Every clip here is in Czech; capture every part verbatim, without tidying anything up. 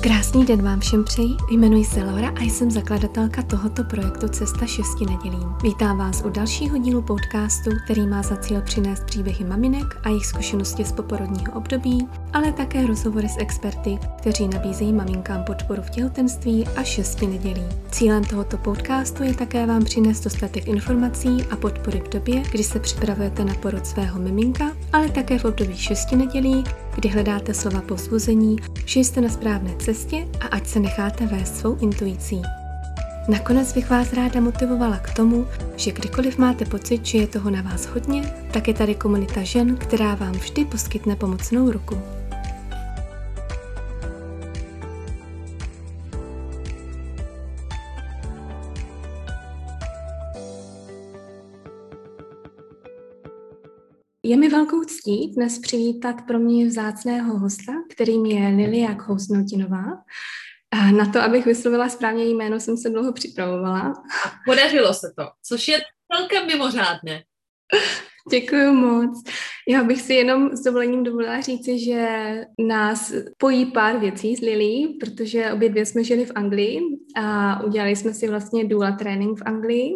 Krásný den vám všem přeji, jmenuji se Laura a jsem zakladatelka tohoto projektu Cesta šesti nedělím. Vítám vás u dalšího dílu podcastu, který má za cíl přinést příběhy maminek a jejich zkušenosti z poporodního období, ale také rozhovory s experty, kteří nabízejí maminkám podporu v těhotenství a šesti nedělí. Cílem tohoto podcastu je také vám přinést dostatek informací a podpory v době, kdy se připravujete na porod svého miminka, ale také v období šesti nedělí, kdy hledáte slova povzbuzení, že jste na správné cestě a ať se necháte vést svou intuicí. Nakonec bych vás ráda motivovala k tomu, že kdykoliv máte pocit, že je toho na vás hodně, tak je tady komunita žen, která vám vždy poskytne pomocnou ruku. Je mi velkou ctí dnes přivítat pro mě vzácného hosta, kterým je Lilia Kousnoutínová. Na to, abych vyslovila správně jméno, jsem se dlouho připravovala. A podařilo se to, což je celkem mimořádné. Děkuju moc. Já bych si jenom s dovolením dovolila říci, že nás pojí pár věcí s Lilí, protože obě dvě jsme žili v Anglii a udělali jsme si vlastně doula trénink v Anglii.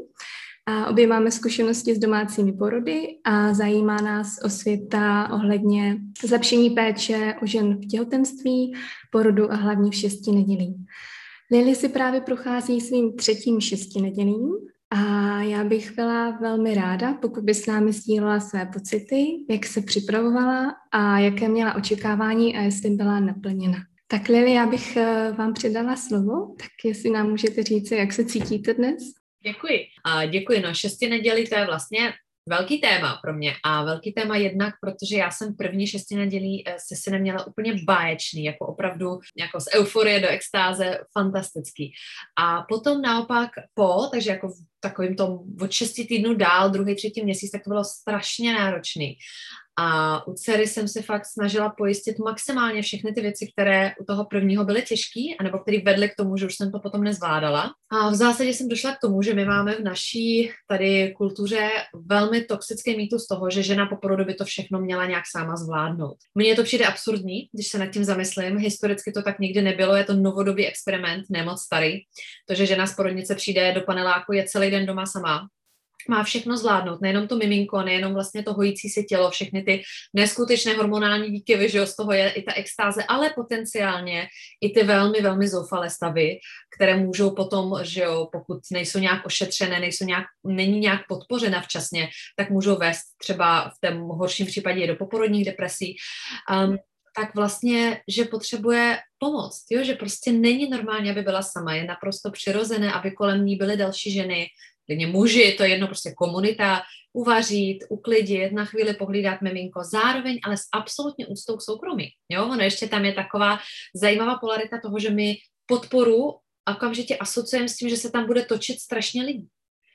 A obě máme zkušenosti s domácími porody a zajímá nás osvěta ohledně zlepšení péče o žen v těhotenství, porodu a hlavně v šesti nedělí. Lili si právě prochází svým třetím šesti nedělím a já bych byla velmi ráda, pokud by s námi sdílela své pocity, jak se připravovala a jaké měla očekávání a jestli byla naplněna. Tak Lili, já bych vám předala slovo, tak jestli nám můžete říct, jak se cítíte dnes? Děkuji. A děkuji. No, šesti nedělí to je vlastně velký téma pro mě a velký téma jednak, protože já jsem první šesti nedělí se synem měla úplně báječný, jako opravdu jako z euforie do extáze, fantastický. A potom naopak po, takže jako v takovým tom od šesti týdnů dál, druhý, třetí měsíc, tak to bylo strašně náročný. A u dcery jsem se fakt snažila pojistit maximálně všechny ty věci, které u toho prvního byly těžký, anebo které vedly k tomu, že už jsem to potom nezvládala. A v zásadě jsem došla k tomu, že my máme v naší tady kultuře velmi toxický mýtus toho, že žena po porodu by to všechno měla nějak sama zvládnout. Mně to přijde absurdní, když se nad tím zamyslím. Historicky to tak nikdy nebylo, je to novodobý experiment, nemoc starý. To, že žena z porodnice přijde do paneláku, je celý den doma sama. Má všechno zvládnout, nejenom to miminko, nejenom vlastně to hojící se tělo, všechny ty neskutečné hormonální výkyvy, že jo, z toho je i ta extáze, ale potenciálně i ty velmi, velmi zoufalé stavy, které můžou potom, že jo, pokud nejsou nějak ošetřené, nejsou nějak, není nějak podpořena včasně, tak můžou vést třeba v tom horším případě i do poporodních depresí. Um, tak vlastně, že potřebuje pomoc, jo? Že prostě není normálně, aby byla sama, je naprosto přirozené, aby kolem ní byly další ženy, klidně muži, to je jedno, prostě komunita, uvařit, uklidit, na chvíli pohlídat miminko, zároveň ale s absolutně úctou k soukromí. Jo? Ono ještě tam je taková zajímavá polarita toho, že my podporu okamžitě asociujeme s tím, že se tam bude točit strašně lidí.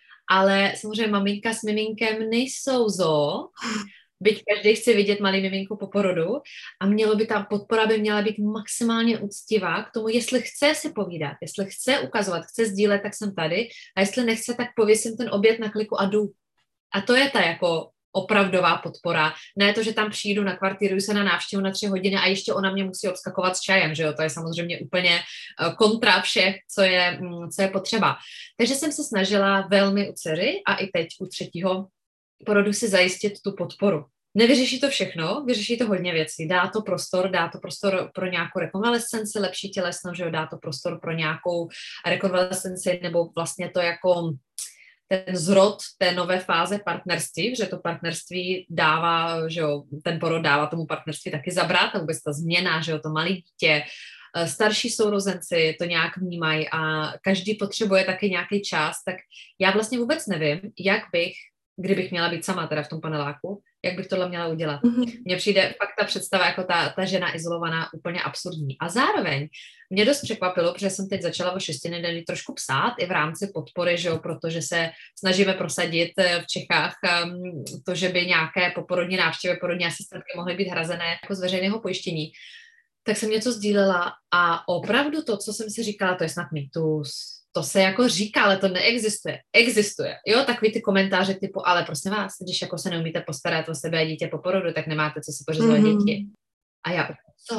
Ale samozřejmě maminka s miminkem nejsou zoo, byť každý chce vidět malý miminko po porodu a mělo by ta podpora by měla být maximálně úctivá k tomu, jestli chce si povídat, jestli chce ukazovat, chce sdílet, tak jsem tady a jestli nechce, tak pověsím ten oběd na kliku a jdu. A to je ta jako opravdová podpora. Ne to, že tam přijdu, nakvartíruju se na návštěvu na tři hodiny a ještě ona mě musí obskakovat s čajem, že jo, to je samozřejmě úplně kontra všech, co je, co je potřeba. Takže jsem se snažila velmi u dcery a i teď u třetího porodu si zajistit tu podporu. Nevyřeší to všechno, vyřeší to hodně věcí. Dá to prostor, dá to prostor pro nějakou rekonvalescenci, lepší tělesno, že jo, dá to prostor pro nějakou rekonvalescenci, nebo vlastně to jako ten zrod té nové fáze partnerství, že to partnerství dává, že jo, ten porod dává tomu partnerství taky zabrat, a vůbec ta změna, že jo, to malé dítě, starší sourozenci to nějak vnímají a každý potřebuje taky nějaký čas, tak já vlastně vůbec nevím, jak bych kdybych měla být sama teda v tom paneláku, jak bych tohle měla udělat. Mm-hmm. Mně přijde fakt ta představa jako ta, ta žena izolovaná úplně absurdní. A zároveň mě dost překvapilo, protože jsem teď začala o šesti nedělí trošku psát i v rámci podpory, že jo, protože se snažíme prosadit v Čechách um, to, že by nějaké poporodní návštěvy, porodní asistentky mohly být hrazené jako z veřejného pojištění. Tak jsem něco sdílela a opravdu to, co jsem si říkala, to je snad mýtus. To se jako říká, ale to neexistuje. Existuje. Jo, takový ty komentáře typu, ale prosím vás, když jako se neumíte postarat o sebe a dítě po porodu, tak nemáte co si pořizovat mm-hmm. děti. A já, co?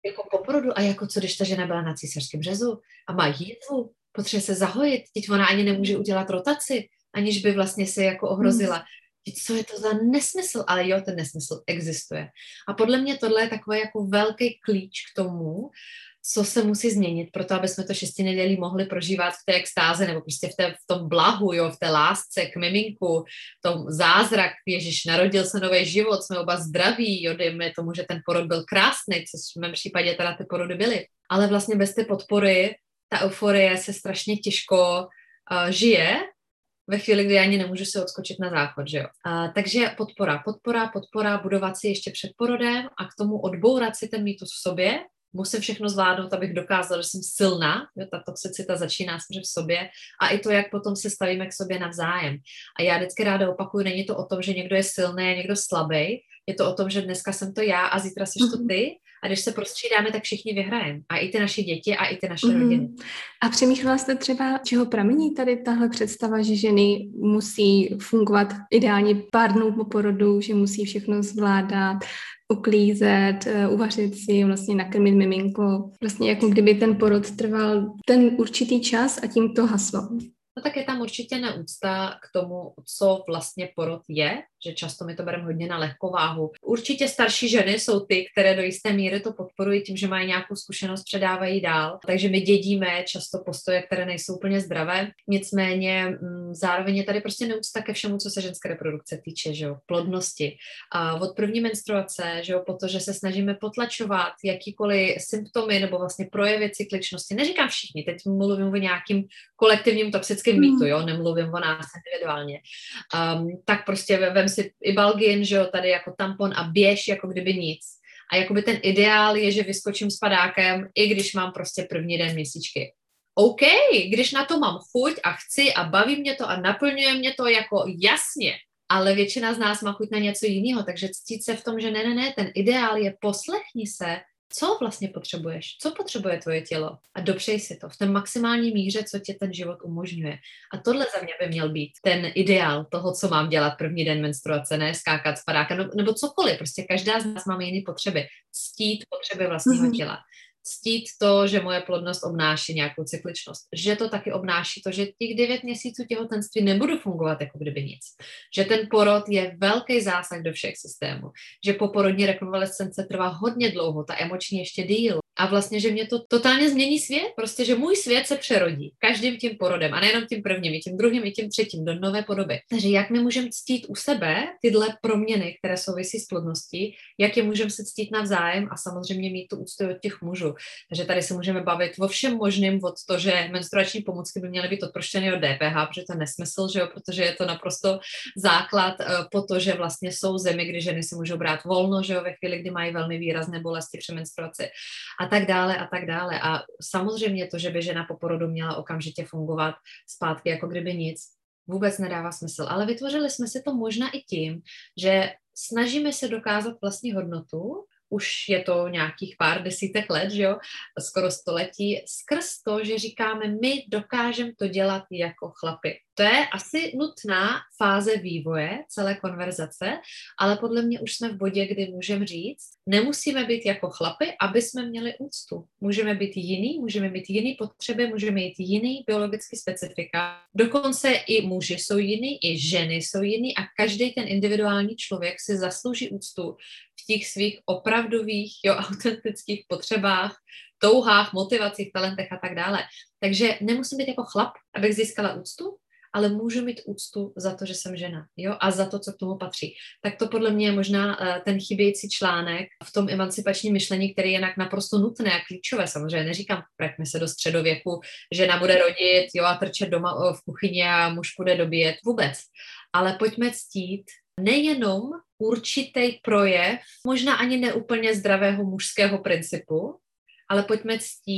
jako po porodu a jako co, když ta žena byla na císařském řezu a má jízvu, potřebuje se zahojit, teď ona ani nemůže udělat rotaci, aniž by vlastně se jako ohrozila. Teď co je to za nesmysl? Ale jo, ten nesmysl existuje. A podle mě tohle je takový jako velký klíč k tomu, co se musí změnit, proto aby jsme to šesti nedělí mohli prožívat v té extáze nebo prostě v, té, v tom blahu, jo, v té lásce k miminku, v tom zázrak, Ježíš, narodil se nový život, jsme oba zdraví, jo, dejme tomu, že ten porod byl krásný, co v mém případě teda ty porody byly. Ale vlastně bez té podpory ta euforie se strašně těžko uh, žije, ve chvíli, kdy ani nemůžu se odskočit na záchod, že jo. A, takže podpora, podpora, podpora, budovat si ještě před porodem a k tomu odbourat si ten mýtus v sobě. Musím všechno zvládnout, abych dokázala, že jsem silná, jo, ta toxicita začíná v sobě a i to, jak potom se stavíme k sobě navzájem. A já vždycky ráda opakuju, není to o tom, že někdo je silný a někdo slabý, je to o tom, že dneska jsem to já a zítra jsi to ty a když se prostřídáme, tak všichni vyhrajeme. A i ty naše děti a i ty naše mm-hmm. rodiny. A přemýšlela jste třeba, čeho pramení tady tahle představa, že ženy musí fungovat ideálně pár dnů po porodu, že musí všechno zvládat, uklízet, uvařit si, vlastně nakrmit miminko. Vlastně jako kdyby ten porod trval ten určitý čas a tím to haslo. No tak je tam určitě neúcta k tomu, co vlastně porod je, že často my to bereme hodně na lehkováhu. Určitě starší ženy jsou ty, které do jisté míry to podporují tím, že mají nějakou zkušenost, předávají dál. Takže my dědíme často postoje, které nejsou úplně zdravé. Nicméně m, zároveň je tady prostě neúcta ke všemu, co se ženské reprodukce týče, že jo, plodnosti. A od první menstruace, že jo, protože se snažíme potlačovat jakýkoliv symptomy nebo vlastně projevy cykličnosti. Neříkám všichni, teď mluvím o nějakým kolektivním toxickém mýtu, jo, nemluvím o nás individuálně. Um, tak prostě vem si Ibalgin, že jo, tady jako tampon a běž, jako kdyby nic. A jakoby ten ideál je, že vyskočím s padákem, i když mám prostě první den měsíčky. OK, když na to mám chuť a chci a baví mě to a naplňuje mě to, jako jasně, ale většina z nás má chuť na něco jiného, takže ctít se v tom, že ne, ne, ne, ten ideál je poslechni se, co vlastně potřebuješ, co potřebuje tvoje tělo a dopřej si to v té maximální míře, co tě ten život umožňuje. A tohle za mě by měl být ten ideál toho, co mám dělat první den menstruace, ne skákat z padáka, no, nebo cokoliv, prostě každá z nás máme jiné potřeby. Ctít potřeby vlastního mm-hmm. těla. Ctít to, že moje plodnost obnáší nějakou cykličnost, že to taky obnáší to, že těch devět měsíců těhotenství nebudu fungovat jako kdyby nic, že ten porod je velký zásah do všech systémů, že poporodní rekonvalescence trvá hodně dlouho, ta emoční ještě díl a vlastně, že mě to totálně změní svět, prostě, že můj svět se přerodí každým tím porodem a nejenom tím prvním, i tím druhým, i tím třetím do nové podoby. Takže jak my můžeme ctít u sebe tyhle proměny, které souvisí s plodností, jak je můžeme se ctít navzájem a samozřejmě mít tu úctu od těch mužů. Takže tady se můžeme bavit o všem možným, od to, že menstruační pomůcky by měly být odproštěny od D P H, protože to je nesmysl, že jo, protože je to naprosto základ po to, že vlastně jsou zemi, kdy ženy si můžou brát volno, že jo, ve chvíli, kdy mají velmi výrazné bolesti při menstruaci a tak dále a tak dále. A samozřejmě to, že by žena po porodu měla okamžitě fungovat zpátky jako kdyby nic, vůbec nedává smysl. Ale vytvořili jsme si to možná i tím, že snažíme se dokázat vlastní hodnotu, už je to nějakých pár desítek let, že jo, skoro století, skrz to, že říkáme, my dokážeme to dělat jako chlapi. To je asi nutná fáze vývoje celé konverzace, ale podle mě už jsme v bodě, kdy můžeme říct, nemusíme být jako chlapi, aby jsme měli úctu. Můžeme být jiný, můžeme mít jiný potřeby, můžeme mít jiný biologický specifika. Dokonce i muži jsou jiný, i ženy jsou jiný a každý ten individuální člověk si zaslouží úctu v těch svých opravdových, jo, autentických potřebách, touhách, motivacích, talentech a tak dále. Takže nemusím být jako chlap, abych získala úctu, ale můžu mít úctu za to, že jsem žena, jo, a za to, co k tomu patří. Tak to podle mě je možná uh, ten chybějící článek v tom emancipačním myšlení, který je jinak naprosto nutné a klíčové. Samozřejmě neříkám, vraťme se do středověku, žena bude rodit, jo, a trčet doma uh, v kuchyni a muž bude dobíjet, vůbec. Ale pojďme ctít nejenom určitý projev, možná ani neúplně zdravého mužského principu, ale pojďme ctít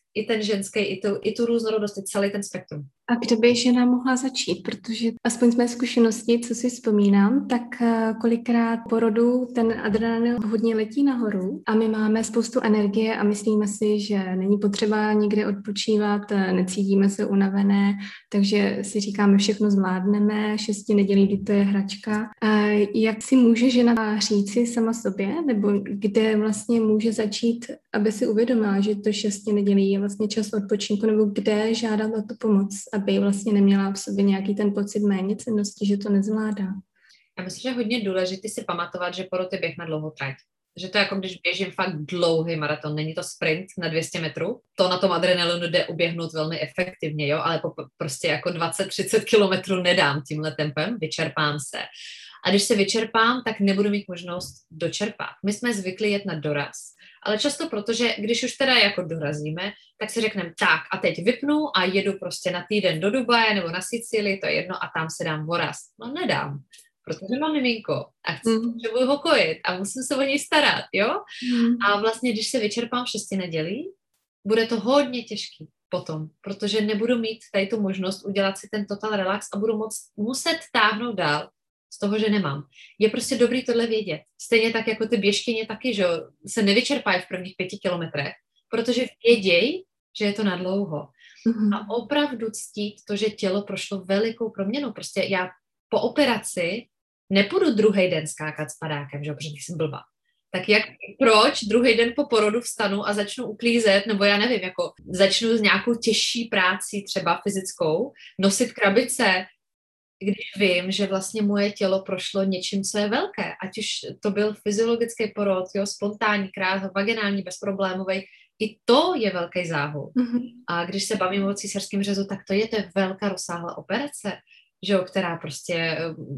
i ten ženský, i tu, i tu různorodost, i celý ten spektrum. A kde by žena mohla začít? Protože aspoň z mé zkušenosti, co si vzpomínám, tak kolikrát po rodu ten adrenalin hodně letí nahoru a my máme spoustu energie a myslíme si, že není potřeba nikde odpočívat, necítíme se unavené, takže si říkáme, všechno zvládneme, šesti nedělí, kdy to je hračka. A jak si může žena říci sama sobě, nebo kde vlastně může začít, aby si uvědomila, že to šesti nedělí je vlastně čas odpočinku, nebo kde žádat o tu pomoc, aby vlastně neměla v sobě nějaký ten pocit méněcennosti, že to nezvládá. Já myslím, že je hodně důležité si pamatovat, že porod je běh na dlouhou trať. Že to je jako když běžím fakt dlouhý maraton, není to sprint na dvě stě metrů. To na tom adrenalinu jde uběhnout velmi efektivně, jo, ale po, prostě jako dvacet třicet kilometrů nedám tímhle tempem, vyčerpám se. A když se vyčerpám, tak nebudu mít možnost dočerpat. My jsme zvykli jet na doraz, ale často protože, když už teda jako dorazíme, tak si řekneme, tak a teď vypnu a jedu prostě na týden do Dubaje nebo na Sicílii, to je jedno, a tam se dám voraz. No nedám, protože mám miminko a chci, mm. potřebuji ho kojit a musím se o něj starat, jo? Mm. A vlastně, když se vyčerpám v šesti nedělí, bude to hodně těžký potom, protože nebudu mít tady tu možnost udělat si ten total relax a budu moc, muset táhnout dál z toho, že nemám. Je prostě dobrý tohle vědět. Stejně tak, jako ty běžkyně taky, že se nevyčerpají v prvních pěti kilometrech, protože vědějí, že je to na dlouho. Mm-hmm. A opravdu ctít to, že tělo prošlo velikou proměnou. Prostě já po operaci nepůjdu druhý den skákat s padákem, že protože jsem blbá. Tak jak, proč druhý den po porodu vstanu a začnu uklízet, nebo já nevím, jako začnu s nějakou těžší práci, třeba fyzickou, nosit krabice, když vím, že vlastně moje tělo prošlo něčím, co je velké, ať už to byl fyziologický porod, jo, spontánní, krát, vaginální, bezproblémový, i to je velký záhul. Mm-hmm. A když se bavím o císařském řezu, tak to je, to je velká rozsáhlá operace, že jo, která prostě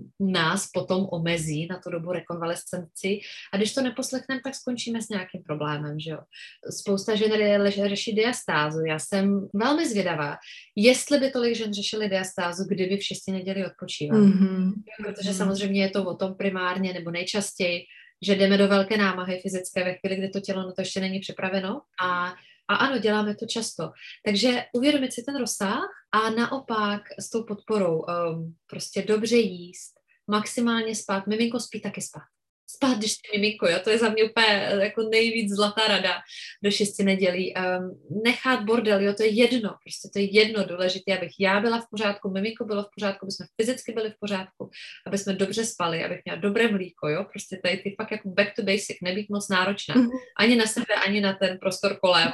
nás potom omezí na tu dobu rekonvalescenci. A když to neposlechneme, tak skončíme s nějakým problémem, že jo. Spousta žen řeší diastázu. Já jsem velmi zvědavá, jestli by tolik žen řešili diastázu, kdyby v šesti neděli odpočívali. Mm-hmm. Protože samozřejmě je to o tom primárně, nebo nejčastěji, že jdeme do velké námahy fyzické ve chvíli, kdy to tělo na to ještě není připraveno. A A ano, děláme to často. Takže uvědomit si ten rozsah a naopak s tou podporou um, prostě dobře jíst, maximálně spát. Miminko spí, taky spát. Spát, když jsi miminko, jo? To je za mě úplně jako nejvíc zlatá rada do šesti nedělí. Um, nechat bordel, jo? To je jedno. Prostě to je jedno důležité, abych já byla v pořádku, miminko bylo v pořádku, aby jsme fyzicky byli v pořádku, aby jsme dobře spali, abych měla dobré mlíko, jo? Prostě tady ty fakt jako back to basic, nebýt moc náročná. Ani na sebe, ani na ten prostor kolem.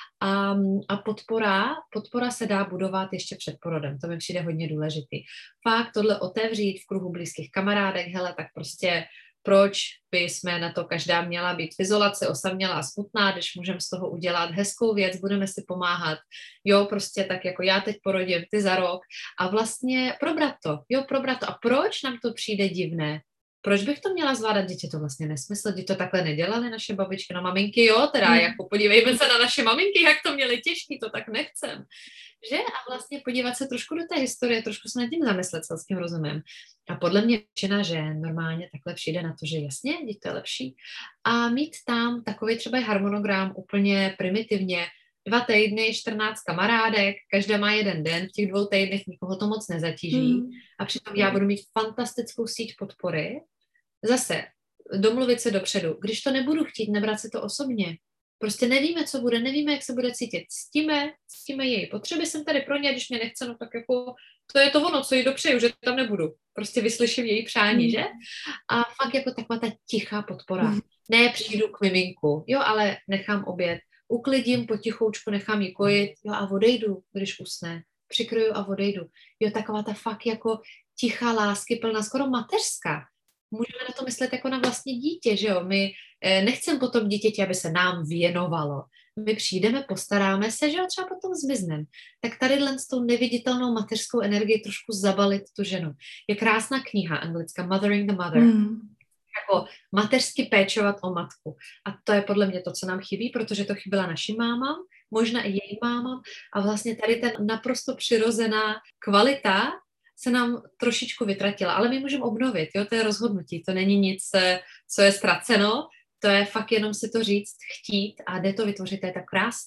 A, a podpora, podpora se dá budovat ještě před porodem, to mi přijde hodně důležitý. Fakt tohle otevřít v kruhu blízkých kamarádek, hele, tak prostě proč by jsme na to každá měla být v izolaci, osamělá a smutná, když můžeme z toho udělat hezkou věc, budeme si pomáhat, jo, prostě tak jako já teď porodím, ty za rok a vlastně probrat to, jo, probrat to. A proč nám to přijde divné? Proč bych to měla zvládat? Děti to vlastně nesmysl, děti to takhle nedělali naše babičky, no maminky, jo, teda mm. jako podívejme se na naše maminky, jak to měli těžký, to tak nechcem, že? A vlastně podívat se trošku do té historie, trošku se nad tím zamyslet selským rozumem. A podle mě většina žen normálně takhle přijde na to, že jasně, děti to je lepší. A mít tam takový třeba harmonogram úplně primitivně, dva týdny, čtrnáct kamarádek, každá má jeden den, v těch dvou týdnech nikoho to moc nezatíží. Mm. A přitom já budu mít fantastickou síť podpory. Zase, domluvit se dopředu. Když to nebudu chtít, nebrat si to osobně. Prostě nevíme, co bude, nevíme, jak se bude cítit. Ctíme, ctíme její potřeby, jsem tady pro ně, když mě nechce, no tak jako to je to ono, co jí dopřeju, že tam nebudu. Prostě vyslyším její přání, mm. že? A fakt jako taková ta tichá podpora. Mm. Ne, přijdu k miminku, jo, ale nechám oběd, uklidím, potichoučku, nechám jí kojit, jo, a odejdu, když usne. Přikryju a odejdu. Jo, taková ta fakt jako tichá lásky, plná, skoro mateřská. Můžeme na to myslet jako na vlastní dítě, že jo? My eh, nechceme potom dítěti, aby se nám věnovalo. My přijdeme, postaráme se, že jo, třeba potom zmizneme. Tak tadyhle s tou neviditelnou mateřskou energií trošku zabalit tu ženu. Je krásná kniha anglická, Mothering the Mother. Mm. Jako mateřsky péčovat o matku. A to je podle mě to, co nám chybí, protože to chyběla našim mámám, možná i její mámám. A vlastně tady ten naprosto přirozená kvalita se nám trošičku vytratila. Ale my můžeme obnovit, jo, to je rozhodnutí. To není nic, co je ztraceno, to je fakt jenom si to říct, chtít a jde to vytvořit, to je tak krásné.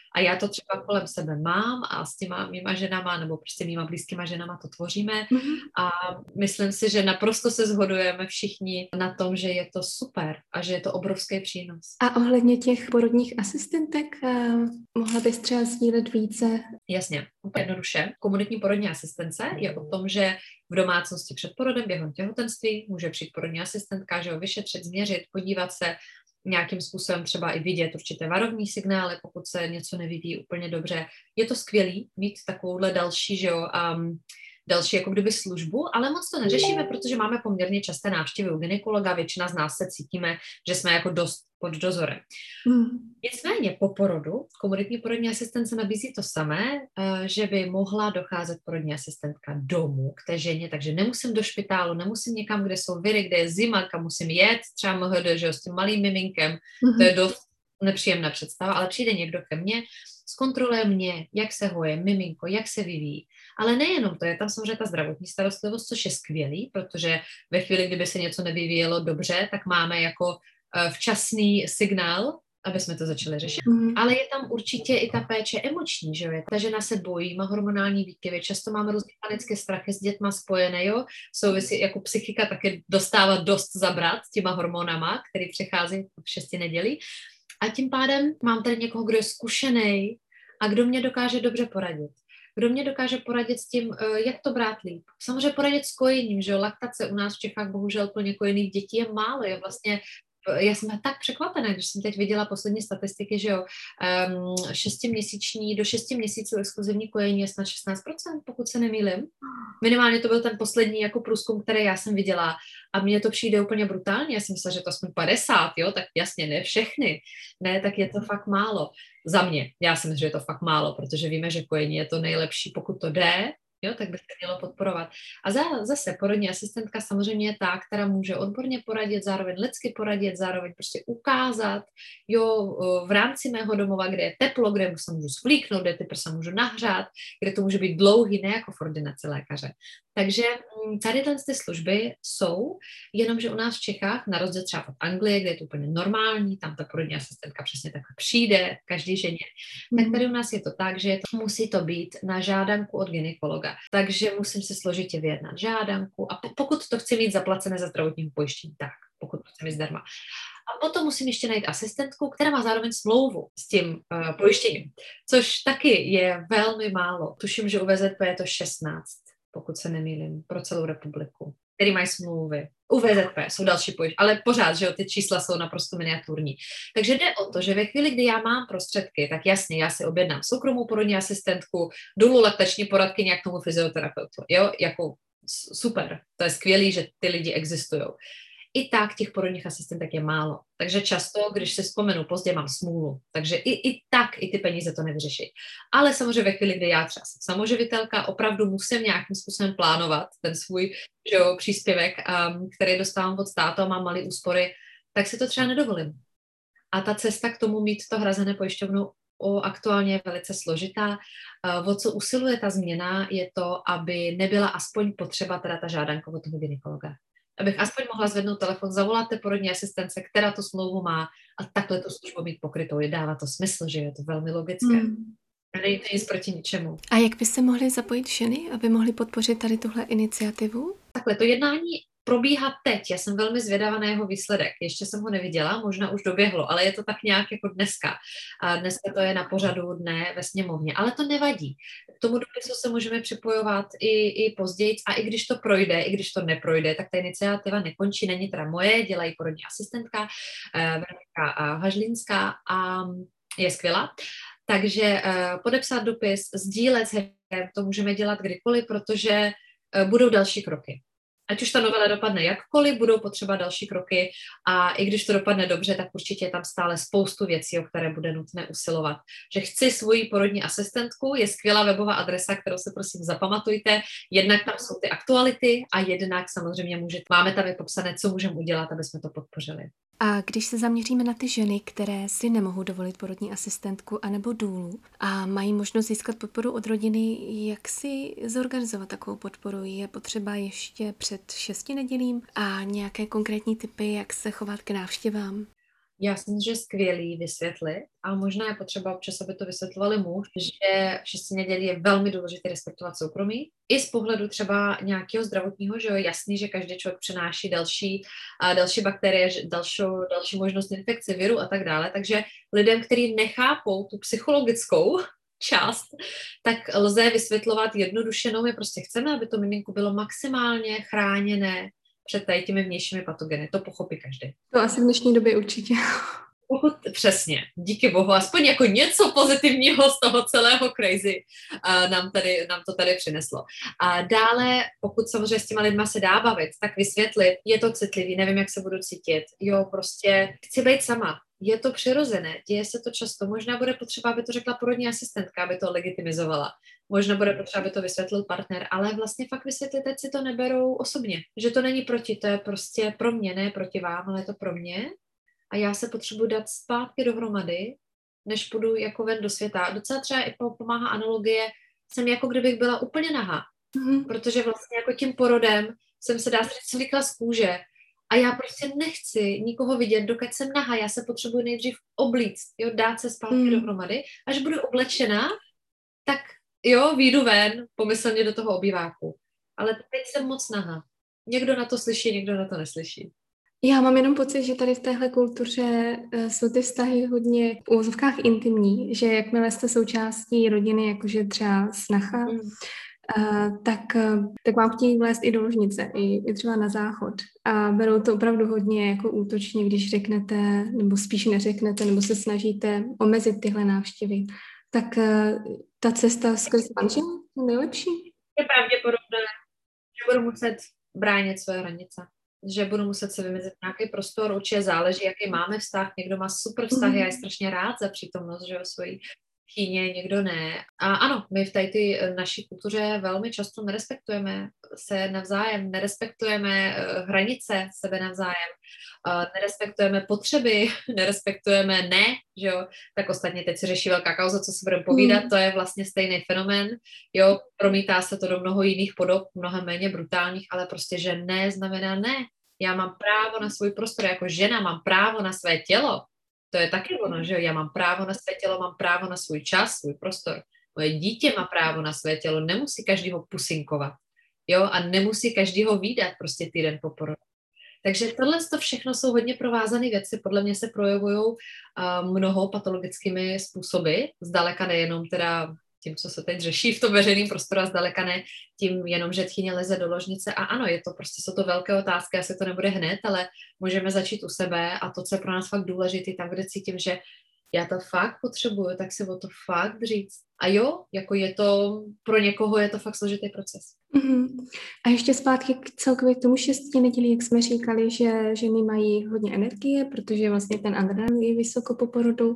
A já to třeba kolem sebe mám a s těma mýma ženama nebo prostě mýma blízkýma ženama to tvoříme Mm-hmm. a myslím si, že naprosto se shodujeme všichni na tom, že je to super a že je to obrovský přínos. A ohledně těch porodních asistentek, uh, mohla bys třeba sdílet více? Jasně, úplně jednoduše. Komunitní porodní asistence je o tom, že v domácnosti před porodem, během těhotenství může přijít porodní asistentka, že ho vyšetřit, změřit, podívat se, nějakým způsobem třeba i vidět určité varovní signály, pokud se něco nevyvíjí úplně dobře. Je to skvělý mít takovouhle další, že jo, um, další jako kdyby službu, ale moc to neřešíme, protože máme poměrně časté návštěvy u gynekologa, většina z nás se cítíme, že jsme jako dost pod dozorem. Mm. Nicméně po porodu komunitní porodní asistence nabízí to samé, že by mohla docházet porodní asistentka domů k té ženě, takže nemusím do špitálu, nemusím někam, kde jsou viry, kde je zima, kam musím jet, třeba M H D, že jo, s tím malým miminkem, mm-hmm. To je dost nepříjemná představa, ale přijde někdo ke mně, zkontroluje mě, jak se hoje miminko, jak se vyvíjí. Ale nejenom to, je tam samozřejmě ta zdravotní starostlivost, což je skvělý, protože ve chvíli, kdyby se něco nevyvíjelo dobře, tak máme jako včasný signál, aby jsme to začali řešit. Mm. Ale je tam určitě i ta péče emoční, že jo? Ta žena se bojí, má hormonální výkyvy, často máme různé panické strachy s dětma spojené, jo? Souvisí, jako psychika taky dostává dost zabrat těma hormonama, který přechází v šesti nedělí. A tím pádem mám tady někoho, kdo je zkušený a kdo mě dokáže dobře poradit. Kdo mě dokáže poradit s tím, jak to brát líp. Samozřejmě poradit s kojením, že jo? Laktace u nás v Čechách bohužel plně kojených dětí je málo, je vlastně. Já jsem tak překvapená, když jsem teď viděla poslední statistiky, že jo, um, šestiměsíční, do šesti měsíců exkluzivní kojení je snad šestnáct procent, pokud se nemýlim. Minimálně to byl ten poslední jako průzkum, který já jsem viděla a mně to přijde úplně brutálně. Já jsem myslela, že to aspoň padesát, jo, tak jasně, ne všechny. Ne, tak je to fakt málo. Za mě, já si myslím, že je to fakt málo, protože víme, že kojení je to nejlepší, pokud to jde, jo, tak by se mělo podporovat. A za, zase porodní asistentka samozřejmě je ta, která může odborně poradit, zároveň lidsky poradit, zároveň prostě ukázat, jo, v rámci mého domova, kde je teplo, kde se můžu svlíknout, kde ty prsa můžu nahřát, kde to může být dlouhý, ne jako v ordinaci lékaře. Takže tady ty služby jsou, jenomže u nás v Čechách, na rozdíl třeba od Anglie, kde je to úplně normální, tam ta porodní asistentka přesně takhle přijde, každý ženě, mm. tak tady u nás je to tak, že to, musí to být na žádanku od gynekologa. Takže musím si složitě vyjednat žádanku a pokud to chci mít zaplacené za zdravotního pojištění, tak pokud to chci mít zdarma. A potom musím ještě najít asistentku, která má zároveň smlouvu s tím uh, pojištěním, což taky je velmi málo. Tuším, že u V Z P je to šestnáct, pokud se nemýlím, pro celou republiku, který mají smlouvy. U V Z P jsou další pojištění, ale pořád, že jo, ty čísla jsou naprosto miniaturní. Takže jde o to, že ve chvíli, kdy já mám prostředky, tak jasně, já si objednám soukromou porodní asistentku, dolů laktační poradky nějak tomu fyzioterapeutu, jo, jako super, to je skvělý, že ty lidi existují. I tak těch porodních asistentek je málo. Takže často, když si vzpomenu, pozdě mám smůlu. Takže i, i tak i ty peníze to nevyřeší. Ale samozřejmě ve chvíli, kdy já třeba jsem samoživitelka, opravdu musím nějakým způsobem plánovat ten svůj že jo, příspěvek, um, který dostávám od státu a mám malé úspory, tak si to třeba nedovolím. A ta cesta k tomu mít to hrazené pojišťovnou o aktuálně je velice složitá. O co usiluje ta změna, je to, aby nebyla aspoň potřeba teda ta žádanka od toho gynekologa. Abych aspoň mohla zvednout telefon, zavolat té porodní asistence, která tu smlouvu má a takhle tu službu mít pokrytou. Je dává to smysl, že je to velmi logické. Hmm. Není to nic proti ničemu. A jak by se mohly zapojit ženy, aby mohly podpořit tady tuhle iniciativu? Takhle, to jednání probíhá teď. Já jsem velmi zvědavá na jeho výsledek. Ještě jsem ho neviděla, možná už doběhlo, ale je to tak nějak jako dneska. A dneska to je na pořadu dne ve sněmovně, ale to nevadí. K tomu dopisu se můžeme připojovat i, i později a i když to projde, i když to neprojde, tak ta iniciativa nekončí, není teda moje, dělají porodní asistentka eh, Veronika Hažlínská a je skvělá. Takže eh, podepsat dopis, sdílet s hashtagem, to můžeme dělat kdykoliv, protože eh, budou další kroky. Ať už ta novela dopadne jakkoliv, budou potřeba další kroky a i když to dopadne dobře, tak určitě je tam stále spoustu věcí, o které bude nutné usilovat. Že chci svoji porodní asistentku, je skvělá webová adresa, kterou si prosím zapamatujte. Jednak tam jsou ty aktuality a jednak samozřejmě můžete, máme tam je popsané, co můžeme udělat, aby jsme to podpořili. A když se zaměříme na ty ženy, které si nemohou dovolit porodní asistentku anebo důlu a mají možnost získat podporu od rodiny, jak si zorganizovat takovou podporu? Je potřeba ještě před šesti nedělím a nějaké konkrétní tipy, jak se chovat k návštěvám? Já si myslím, že je skvělý vysvětlit, a možná je potřeba občas, aby to vysvětlovali muž, že v šesti nedělí je velmi důležité respektovat soukromí. I z pohledu třeba nějakého zdravotního, že jo, jasný, že každý člověk přenáší další, a další bakterie, další, další možnost infekce, viru a tak dále. Takže lidem, kteří nechápou tu psychologickou část, tak lze vysvětlovat jednodušenou. My prostě chceme, aby to miminko bylo maximálně chráněné před tady těmi vnějšími patogeny. To pochopí každý. To asi v dnešní době určitě. Pokud, přesně, díky bohu, aspoň jako něco pozitivního z toho celého crazy uh, nám, tady, nám to tady přineslo. A dále, pokud samozřejmě s těma lidma se dá bavit, tak vysvětlit, je to citlivý, nevím, jak se budu cítit, jo, prostě chci být sama, je to přirozené, děje se to často, možná bude potřeba, aby to řekla porodní asistentka, aby to legitimizovala, možná bude potřeba, aby to vysvětlil partner, ale vlastně fakt vysvětlit, ať si to neberou osobně, že to není proti, to je prostě pro mě, ne proti vám, ale je to pro mě. A já se potřebuji dát zpátky dohromady, než půjdu jako ven do světa. Docela třeba i pomáhá analogie, jsem jako kdybych byla úplně nahá, mm-hmm. protože vlastně jako tím porodem jsem se dá říct svykla z kůže a já prostě nechci nikoho vidět, dokud jsem nahá. Já se potřebuji nejdřív oblíct, jo, dát se zpátky mm. dohromady. Až budu oblečená, tak jo, vyjdu ven, pomyslně do toho obýváku. Ale teď jsem moc nahá. Někdo na to slyší, někdo na to neslyší. Já mám jenom pocit, že tady v téhle kultuře jsou ty vztahy hodně v úvozovkách intimní, že jakmile jste součástí rodiny, jakože třeba snacha, mm. uh, tak, tak vám chtějí vlézt i do ložnice, i, i třeba na záchod. A berou to opravdu hodně jako útočně, když řeknete, nebo spíš neřeknete, nebo se snažíte omezit tyhle návštěvy. Tak uh, ta cesta skrz manžel je nejlepší? Je pravděpodobné, že budu muset bránit své hranice. Že budu muset se vymezit nějaký prostor, určitě záleží, jaký máme vztah. Někdo má super vztahy a je strašně rád za přítomnost, že jo, svojí tchýně, někdo ne. A ano, my v té naší kultuře velmi často nerespektujeme se navzájem, nerespektujeme hranice sebe navzájem, nerespektujeme potřeby, nerespektujeme ne, že jo, tak ostatně teď se řeší velká kauza, co se budeme povídat, to je vlastně stejný fenomén, jo, promítá se to do mnoho jiných podob, mnohem méně brutálních, ale prostě, že ne znamená ne. Já mám právo na svůj prostor, jako žena mám právo na své tělo. To je taky ono, že já mám právo na své tělo, mám právo na svůj čas, svůj prostor. Moje dítě má právo na své tělo, nemusí každýho pusinkovat, jo, a nemusí každýho vídat prostě týden po porodu. Takže tohle to všechno jsou hodně provázané věci, podle mě se projevují uh, mnoho patologickými způsoby, zdaleka nejenom teda tím, co se teď řeší v tom veřejném prostoru a zdaleka ne tím jenom, že tchýně leze do ložnice a ano, je to prostě, jsou to velké otázky, asi to nebude hned, ale můžeme začít u sebe a to, co je pro nás fakt důležité, tam, kde cítím, že já to fakt potřebuju, tak si o to fakt říct. A jo, jako je to, pro někoho je to fakt složitý proces. Mm-hmm. A ještě zpátky k celkově k tomu šesti nedělí, jak jsme říkali, že ženy mají hodně energie, protože vlastně ten adrenalin je vysoko po porodu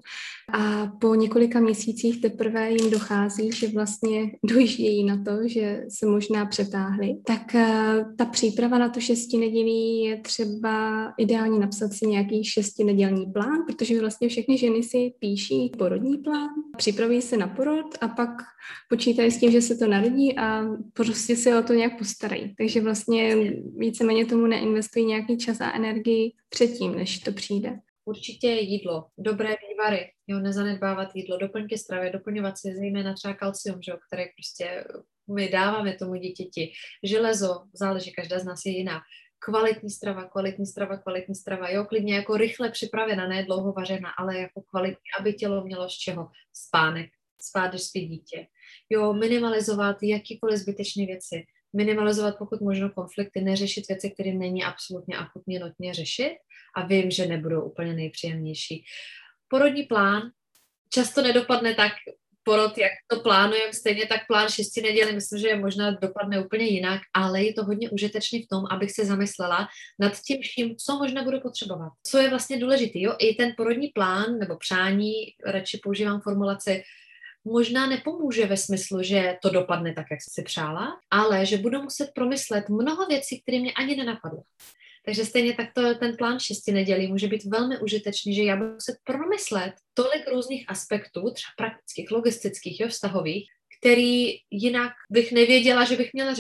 a po několika měsících teprve jim dochází, že vlastně dojíždějí na to, že se možná přetáhly. Tak uh, ta příprava na to šesti nedělí je třeba ideálně napsat si nějaký šestinedělní plán, protože vlastně všechny ženy si píší porodní plán, připraví se na porod a pak počítají s tím, že se to narodí a prostě se o to nějak postarají. Takže vlastně víceméně tomu neinvestují nějaký čas a energii předtím, než to přijde. Určitě jídlo, dobré vývary, jo, nezanedbávat jídlo, doplňky stravy, doplňovat si zejména třeba kalcium, že jo, které prostě my dáváme tomu dítěti, železo, záleží, každá z nás je jiná. Kvalitní strava, kvalitní strava, kvalitní strava, jo, klidně jako rychle připravená, ne dlouho vařená, ale jako kvalitní, aby tělo mělo z čeho. Spánek, spát, když spí dítě. Jo, minimalizovat jakýkoliv zbytečné věci, minimalizovat pokud možno konflikty, neřešit věci, které není absolutně akutně nutně řešit a vím, že nebudou úplně nejpříjemnější. Porodní plán často nedopadne tak, porod, jak to plánujeme, stejně tak plán šesti nedělí, myslím, že možná dopadne úplně jinak, ale je to hodně užitečný v tom, abych se zamyslela nad tím vším, co možná budu potřebovat. Co je vlastně důležitý, jo? I ten porodní plán nebo přání, radši používám formulaci, možná nepomůže ve smyslu, že to dopadne tak, jak jsi si přála, ale že budu muset promyslet mnoho věcí, které mě ani nenapadly. Takže stejně takto ten plán šesti nedělí může být velmi užitečný, že já budu muset promyslet tolik různých aspektů, třeba praktických, logistických, jo, vztahových, který jinak bych nevěděla, že bych měla řešit.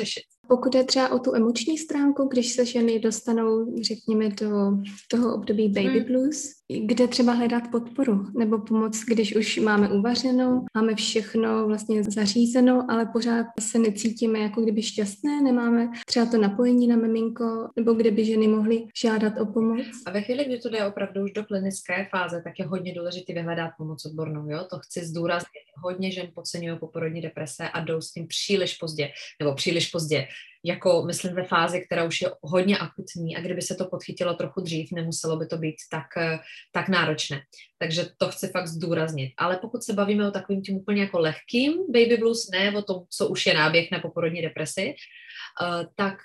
Pokud je třeba o tu emoční stránku, když se ženy dostanou, řekněme, do toho období baby Hmm. blues, kde třeba hledat podporu nebo pomoc, když už máme uvařeno, máme všechno vlastně zařízeno, ale pořád se necítíme jako kdyby šťastné, nemáme třeba to napojení na miminko, nebo kde by ženy mohly žádat o pomoc. A ve chvíli, kdy to jde opravdu už do klinické fáze, tak je hodně důležité vyhledat pomoc odbornou. Jo? To chci zdůraznit. Hodně žen podceňují poporodní deprese a jdou s tím příliš pozdě, nebo příliš pozdě, jako myslím ve fázi, která už je hodně akutní a kdyby se to podchytilo trochu dřív, nemuselo by to být tak, tak náročné. Takže to chci fakt zdůraznit. Ale pokud se bavíme o takovým tím úplně jako lehkým baby blues, ne o tom, co už je náběh na poporodní depresi, tak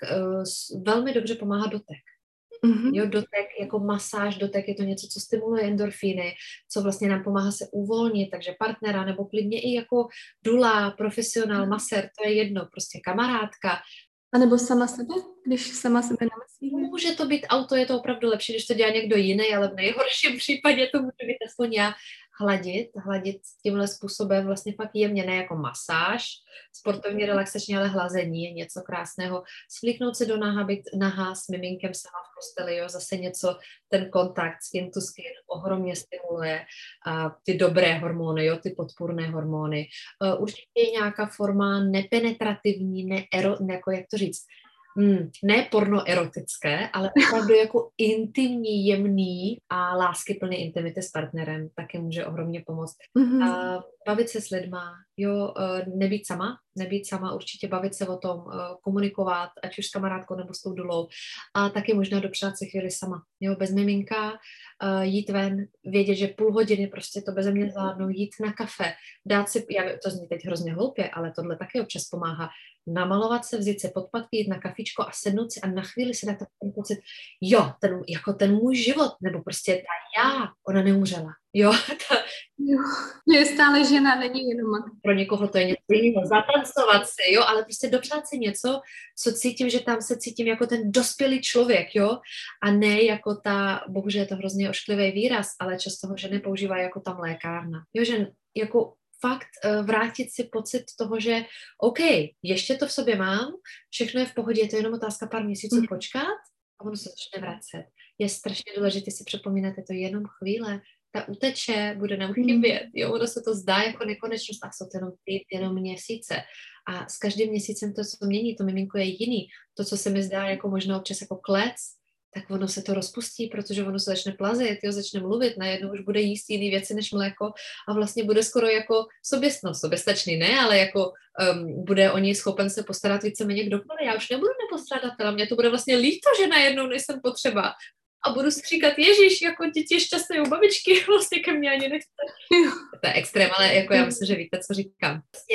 velmi dobře pomáhá dotek. Mm-hmm. Jo, dotek, jako masáž, dotek je to něco, co stimuluje endorfíny, co vlastně nám pomáhá se uvolnit, takže partnera nebo klidně i jako dula, profesionál, masér, to je jedno, prostě kamarádka. A nebo sama sebe, když sama sebe namyslíme? Může to být auto, je to opravdu lepší, když to dělá někdo jiný, ale v nejhorším případě to může být aspoň já. Hladit, hladit tímhle způsobem vlastně fakt jemně, ne jako masáž, sportovní relaxační, ale hlazení je něco krásného. Svlíknout se do naha, být nahá s miminkem sama v posteli, jo, zase něco, ten kontakt skin to skin ohromně stimuluje a ty dobré hormony, jo, ty podpůrné hormony. Uh, určitě je nějaká forma nepenetrativní, ne, ero, ne jako jak to říct, Hmm, ne pornoerotické, ale opravdu jako intimní, jemný a láskyplný intimity s partnerem taky může ohromně pomoct. Mm-hmm. A bavit se s lidma, jo, nebýt sama, nebýt sama, určitě bavit se o tom, komunikovat, ať už s kamarádkou nebo s tou dulou a taky možná dopřát si chvíli sama, jo, bez miminka, jít ven, vědět, že půl hodiny prostě to beze mě zvládnou, jít na kafe, dát si, já, to zní teď hrozně hloupě, ale tohle taky občas pomáhá, namalovat se, vzít se podpatky, jít na kafičko a sednout si a na chvíli si dát takový pocit, jo, ten, jako ten můj život, nebo prostě ta já, ona neumřela, jo. Ta, jo, je stále žena, není jenom matka. Pro někoho to je něco jiného, zatancovat si, jo, ale prostě dopřát si něco, co cítím, že tam se cítím jako ten dospělý člověk, jo, a ne jako ta, bohužel je to hrozně ošklivý výraz, ale často ho ženy používají jako tam lékárna, jo, že jako fakt vrátit si pocit toho, že OK, ještě to v sobě mám, všechno je v pohodě, je to jenom otázka pár měsíců počkat a ono se začne vracet. Je strašně důležité si připomínat, je to jenom chvíle, ta uteče, bude nám chybět, jo, ono se to zdá jako nekonečnost a jsou to jenom týd, jenom měsíce a s každým měsícem to se mění, to miminko je jiný, to, co se mi zdá jako možná občas jako klec, tak ono se to rozpustí, protože ono se začne plazit, jo, začne mluvit, najednou už bude jíst jiný věci než mléko a vlastně bude skoro jako sobě, no, soběstačný, ne, ale jako um, bude o něj schopen se postarat víceméně kdokoliv. Já už nebudu nepostradatelná, mě to bude vlastně líto, že najednou nejsem potřeba a budu si říkat, Ježíš, jako děti je šťastné u babičky, vlastně ke mně ani nechce. To je extrém, ale jako já myslím, že víte, co říkám. Vlastně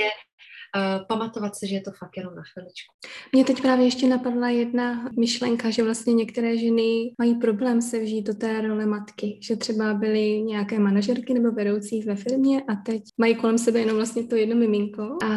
Uh, pamatovat si, že je to fakt jenom na chviličku. Mně teď právě ještě napadla jedna myšlenka, že vlastně některé ženy mají problém se vžít do té role matky, že třeba byly nějaké manažerky nebo vedoucí ve firmě a teď mají kolem sebe jenom vlastně to jedno miminko a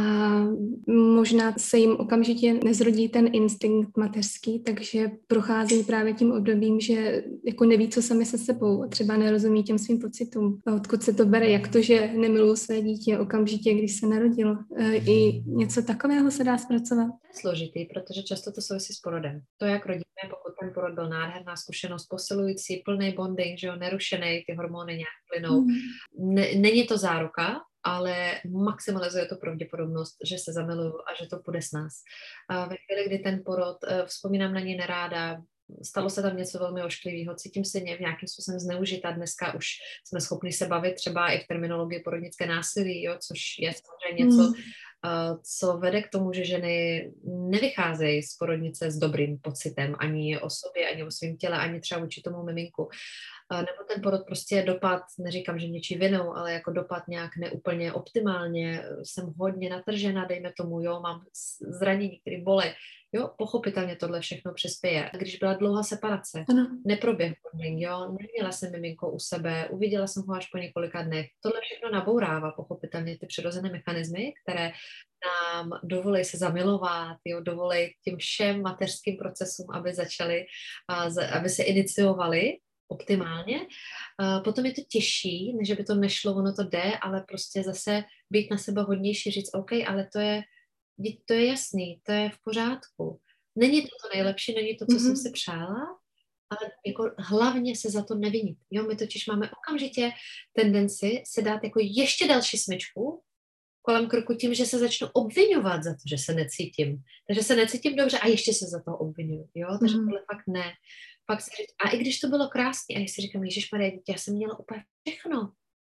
možná se jim okamžitě nezrodí ten instinkt mateřský, takže procházejí právě tím obdobím, že jako neví, co sami se sebou a třeba nerozumí těm svým pocitům. A odkud se to bere, jak to, že nemilují své dítě okamžitě, když se narodilo. I něco takového se dá zpracovat? To je složitý, protože často to souvisí s porodem. To, jak rodíme, pokud ten porod byl nádherná zkušenost, posilující, plný bonding, že jo, nerušený, ty hormony nějak plynou. Mm. Ne, není to záruka, ale maximalizuje to pravděpodobnost, že se zamiluju a že to půjde s nás. A ve chvíli, kdy ten porod, vzpomínám na něj neráda, stalo se tam něco velmi ošklivého, cítím se v nějakým způsobem zneužita. Dneska už jsme schopni se bavit třeba i v terminologii porodnické násilí, jo, což je samozřejmě něco, mm. uh, co vede k tomu, že ženy nevycházejí z porodnice s dobrým pocitem ani o sobě, ani o svém těle, ani třeba vůči tomu miminku. Uh, nebo ten porod prostě dopad, neříkám, že něčí vinou, ale jako dopad nějak neúplně optimálně, jsem hodně natržena, dejme tomu, jo, mám zranění, které bolí. Jo, pochopitelně tohle všechno přispěje. Když byla dlouhá separace, ano. Neproběhl bonding, jo, neměla jsem miminko u sebe, uviděla jsem ho až po několika dnech. Tohle všechno nabourává pochopitelně ty přirozené mechanismy, které nám dovolí se zamilovat, jo, dovolí tím všem mateřským procesům, aby začaly, aby se iniciovaly optimálně. Potom je to těžší, než by to nešlo, ono to jde, ale prostě zase být na sebe hodnější, říct OK, ale to je Vždyť to je jasný, to je v pořádku. Není to to nejlepší, není to, co mm-hmm. jsem si přála, ale jako hlavně se za to nevinit. Jo, my totiž máme okamžitě tendenci si dát jako ještě další smyčku kolem krku tím, že se začnu obvinovat za to, že se necítím. Takže se necítím dobře a ještě se za to obvinuju. Jo, takže mm-hmm. tohle fakt ne. Pak si říct, a i když to bylo krásné, a já si říkám, ježišmarja, dítě, já jsem měla úplně všechno.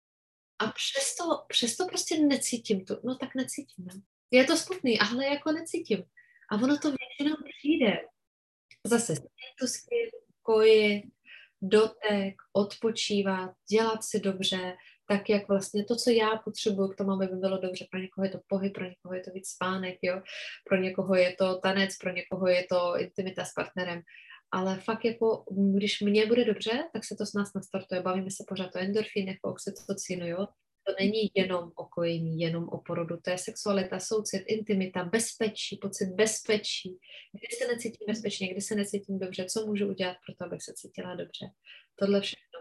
A přesto, přesto prostě necítím to. No tak necítím. Ne? Je to smutný, ale jako necítím. A ono to většinou přijde. Zase statusky, koji, dotek, odpočívat, dělat si dobře, tak jak vlastně to, co já potřebuju k tomu, aby by bylo dobře. Pro někoho je to pohyb, pro někoho je to víc spánek, jo? Pro někoho je to tanec, pro někoho je to intimita s partnerem. Ale fakt jako, když mně bude dobře, tak se to s nás nastartuje. Bavíme se pořád o endorfínech, o oxytocinu, jo? To není jenom o kojení, jenom o porodu, to je sexualita, soucit, intimita, bezpečí, pocit bezpečí. Kdy se necítím bezpečně, kdy se necítím dobře, co můžu udělat pro to, abych se cítila dobře. Tohle všechno.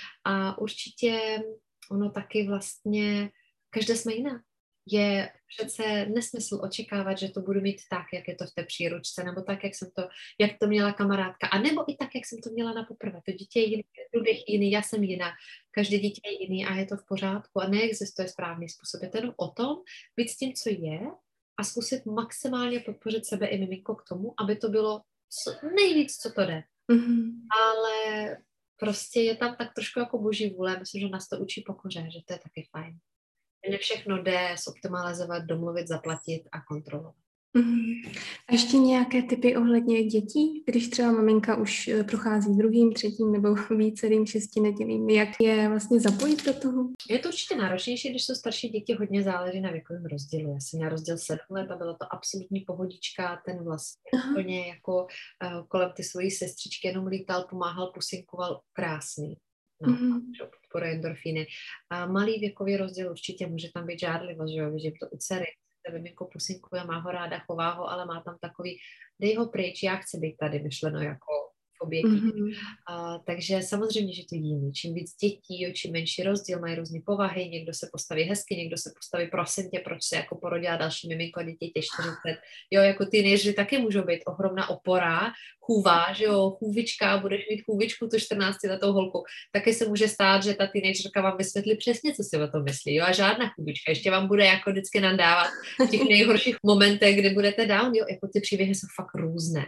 A určitě ono taky vlastně, každé jsme jiná. Je přece nesmysl očekávat, že to budu mít tak, jak je to v té příručce, nebo tak, jak jsem to, jak to měla kamarádka, a nebo i tak, jak jsem to měla na poprvé. To dítě je jiný, průběh jiný, já jsem jiná, každé dítě je jiný a je to v pořádku a neexistuje správný způsob. Je to jenom o tom být s tím, co je, a zkusit maximálně podpořit sebe i miminko k tomu, aby to bylo co, nejvíc, co to jde. Mm-hmm. Ale prostě je tam tak trošku jako boží vůle, myslím, že nás to učí pokoře, že to je taky fajn. Ne všechno jde zoptimalizovat, domluvit, zaplatit a kontrolovat. Mm-hmm. A ještě nějaké tipy ohledně dětí, když třeba maminka už prochází druhým, třetím nebo vícerým šesti nedělím, jak je vlastně zapojit do toho? Je to určitě náročnější, když jsou starší děti, hodně záleží na věkovém rozdílu. Já jsem měla rozdíl sedm let a byla to absolutní pohodička, ten vlastně úplně jako uh, kolem ty svojí sestřičky jenom lítal, pomáhal, pusinkoval, krásný. No, mm-hmm. podporuje endorfíny. A malý věkový rozdíl určitě může tam být žádlivost, že jo, vidím to u dcery. Miminko pusinkuje, má ho ráda, chová ho, ale má tam takový, dej ho pryč, já chci být tady, myšleno jako v obětí. Mm-hmm. A, takže samozřejmě, že to jiný. Čím víc dětí, jo, čím menší rozdíl, mají různé povahy, někdo se postaví hezky, někdo se postaví, prosím tě, proč se jako porodila další miminko, dítě čtyřicet. Jo, jako teenageři taky můžou být ohromná opora, chůva, že jo, chůvička, budeš mít chůvičku, tu čtrnáctiletou holku. Taky se může stát, že ta teenagerka vám vysvětlí přesně, co si o tom myslí, jo, a žádná chůvička. Ještě vám bude jako vždycky nadávat v těch nejhorších momentech, kdy budete down, jo, jako ty příběhy jsou fakt různé.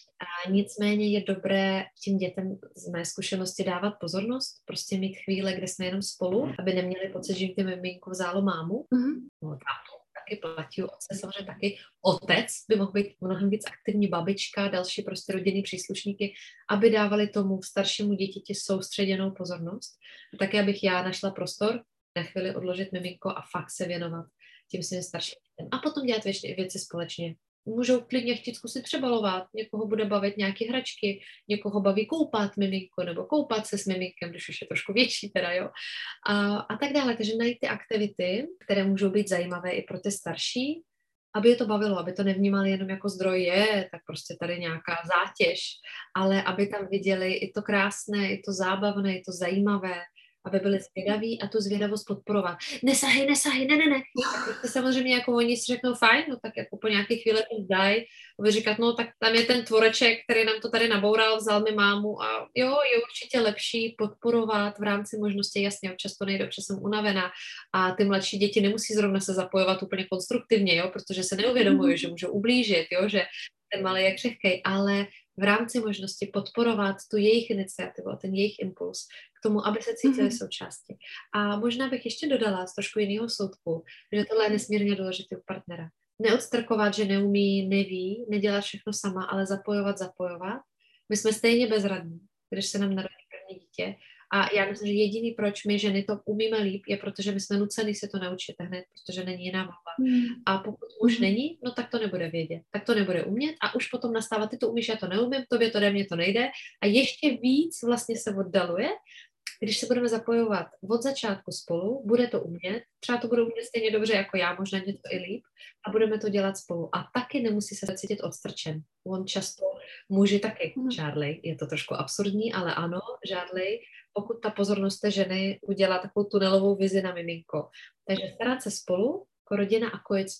A nicméně je dobré těm dětem z mé zkušenosti dávat pozornost, prostě mít chvíle, kde jsme jenom spolu, aby neměli pocit, že jim ty miminko vzalo mámu. Mm-hmm. No, tátu taky platí, otce samozřejmě taky. Otec by mohl být mnohem víc aktivní, babička, další prostě rodinný příslušníky, aby dávali tomu staršímu dítěti soustředěnou pozornost. A také, abych já našla prostor na chvíli odložit miminko a fakt se věnovat tím svým starším dětem. A potom dělat věci, věci společně. Můžou klidně chtít zkusit přebalovat, někoho bude bavit nějaké hračky, někoho baví koupat miminko nebo koupat se s miminkem, když už je trošku větší teda, jo. A, a tak dále, takže najít ty aktivity, které můžou být zajímavé i pro ty starší, aby je to bavilo, aby to nevnímali jenom jako zdroj je, tak prostě tady nějaká zátěž, ale aby tam viděli i to krásné, i to zábavné, i to zajímavé, aby byli zvědaví a tu zvědavost podporovat. Nesahej, nesahej, ne, ne, ne. Tak samozřejmě jako oni si řeknou fajn, no tak jako po nějaké chvíli to dají, a vy říkat, no tak tam je ten tvoreček, který nám to tady naboural, vzal mi mámu a jo, je určitě lepší podporovat v rámci možnosti, jasně, občas to nejde, občas jsem unavená a ty mladší děti nemusí zrovna se zapojovat úplně konstruktivně, jo, protože se neuvědomují, že můžou ublížit, jo, že ten malý je křehkej, ale v rámci možnosti podporovat tu jejich iniciativu, ten jejich impuls k tomu, aby se cítili mm-hmm. součástí. A možná bych ještě dodala z trošku jiného soudku, že tohle je nesmírně důležité u partnera. Neodstrkovat, že neumí, neví, nedělat všechno sama, ale zapojovat, zapojovat. My jsme stejně bezradní, když se nám narodí první dítě. A já myslím, že jediný, proč my ženy to umíme líp, je protože my jsme nuceni si to naučit hned, protože není jiná volba. Mm. A pokud už mm. není, no tak to nebude vědět, tak to nebude umět a už potom nastává, ty to umíš, já to neumím, tobě to jde, mně to nejde a ještě víc vlastně se oddaluje, když se budeme zapojovat od začátku spolu, bude to umět, třeba to budou umět stejně dobře jako já, možná něco i líp a budeme to dělat spolu. A taky nemusí se cítit odstrčen. On často může taky žádlej, je to trošku absurdní, ale ano, žádlej, pokud ta pozornost té ženy udělá takovou tunelovou vizi na miminko. Takže starat se spolu, jako rodina a kojit spolu.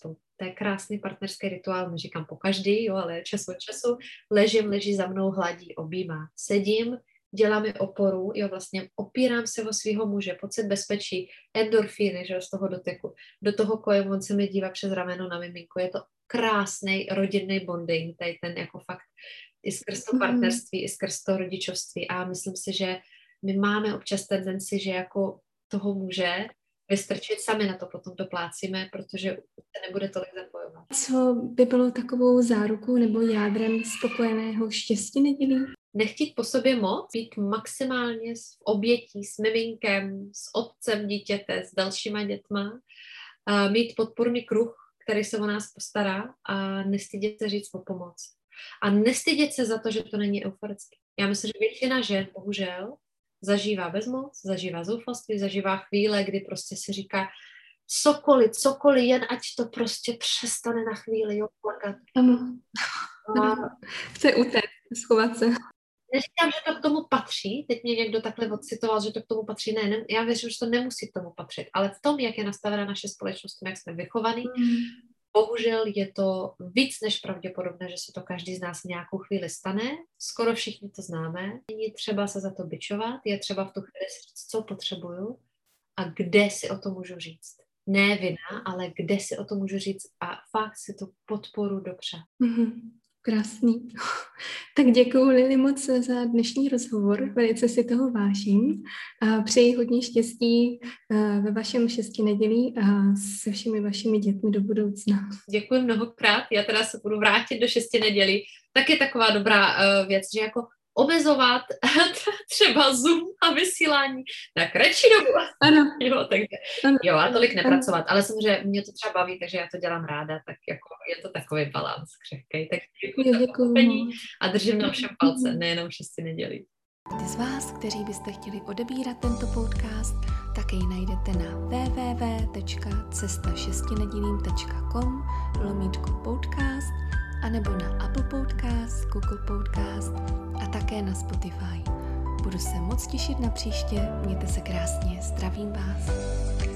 to je krásný partnerský rituál, neříkám po každý, jo, ale čas od času, ležím, leží za mnou, hladí, objímá, sedím, děláme oporu, jo, vlastně opírám se o svého muže, pocit bezpečí, endorfíny, že jo, z toho doteku, do toho kojem, on se mi dívá přes rameno na miminku, je to krásný rodinný bonding, tady ten jako fakt i skrz to partnerství, mm. i skrz to rodičovství a myslím si, že my máme občas tendenci, že jako toho muže vystrčit, sami na to potom doplácíme, protože se nebude tolik zapojovat. Co by bylo takovou zárukou nebo jádrem spokojeného štěstí nedělí? Nechtít po sobě moc, být maximálně v obětí s miminkem, s otcem dítěte, s dalšíma dětma, a mít podporný kruh, který se o nás postará a nestydět se říct o pomoc. A nestydět se za to, že to není euforické. Já myslím, že většina žen, bohužel, zažívá bezmoc, zažívá zoufalství, zažívá chvíle, kdy prostě si říká cokoliv, cokoliv, jen ať to prostě přestane na chvíli, jo, plakat. Ano. A... Chce utéct, schovat se. Neříkám, že to k tomu patří, teď mě někdo takhle odcitoval, že to k tomu patří, ne, ne, já věřím, že to nemusí k tomu patřit, ale v tom, jak je nastavená naše společnost, jak jsme vychovaní, mm. bohužel je to víc než pravděpodobné, že se to každý z nás v nějakou chvíli stane, skoro všichni to známe, není třeba se za to bičovat, je třeba v tu chvíli si říct, co potřebuju a kde si o to můžu říct. Ne vina, ale kde si o to můžu říct a fakt si tu podporu dopřát. Mm-hmm. Krásný. Tak děkuju, Lili, moc za dnešní rozhovor. Velice si toho vážím. A přeji hodně štěstí ve vašem šesti nedělí a se všemi vašimi dětmi do budoucna. Děkuji mnohokrát. Já teda se budu vrátit do šesti nedělí. Tak je taková dobrá uh, věc, že jako omezovat třeba Zoom a vysílání na kratší dobu. Ano. Jo, takže, ano. Jo, a tolik nepracovat. Ano. Ale samozřejmě mě to třeba baví, takže já to dělám ráda, tak jako je to takový balans křehkej. Tak děkuji za pochopení a držím na všem palce, nejenom šesti nedělí. Ty z vás, kteří byste chtěli odebírat tento podcast, tak jej najdete na w w w tečka cesta šesti nedělím tečka com lomítko podcast anebo na Apple Podcast, Google Podcast a také na Spotify. Budu se moc těšit na příště, mějte se krásně, zdravím vás.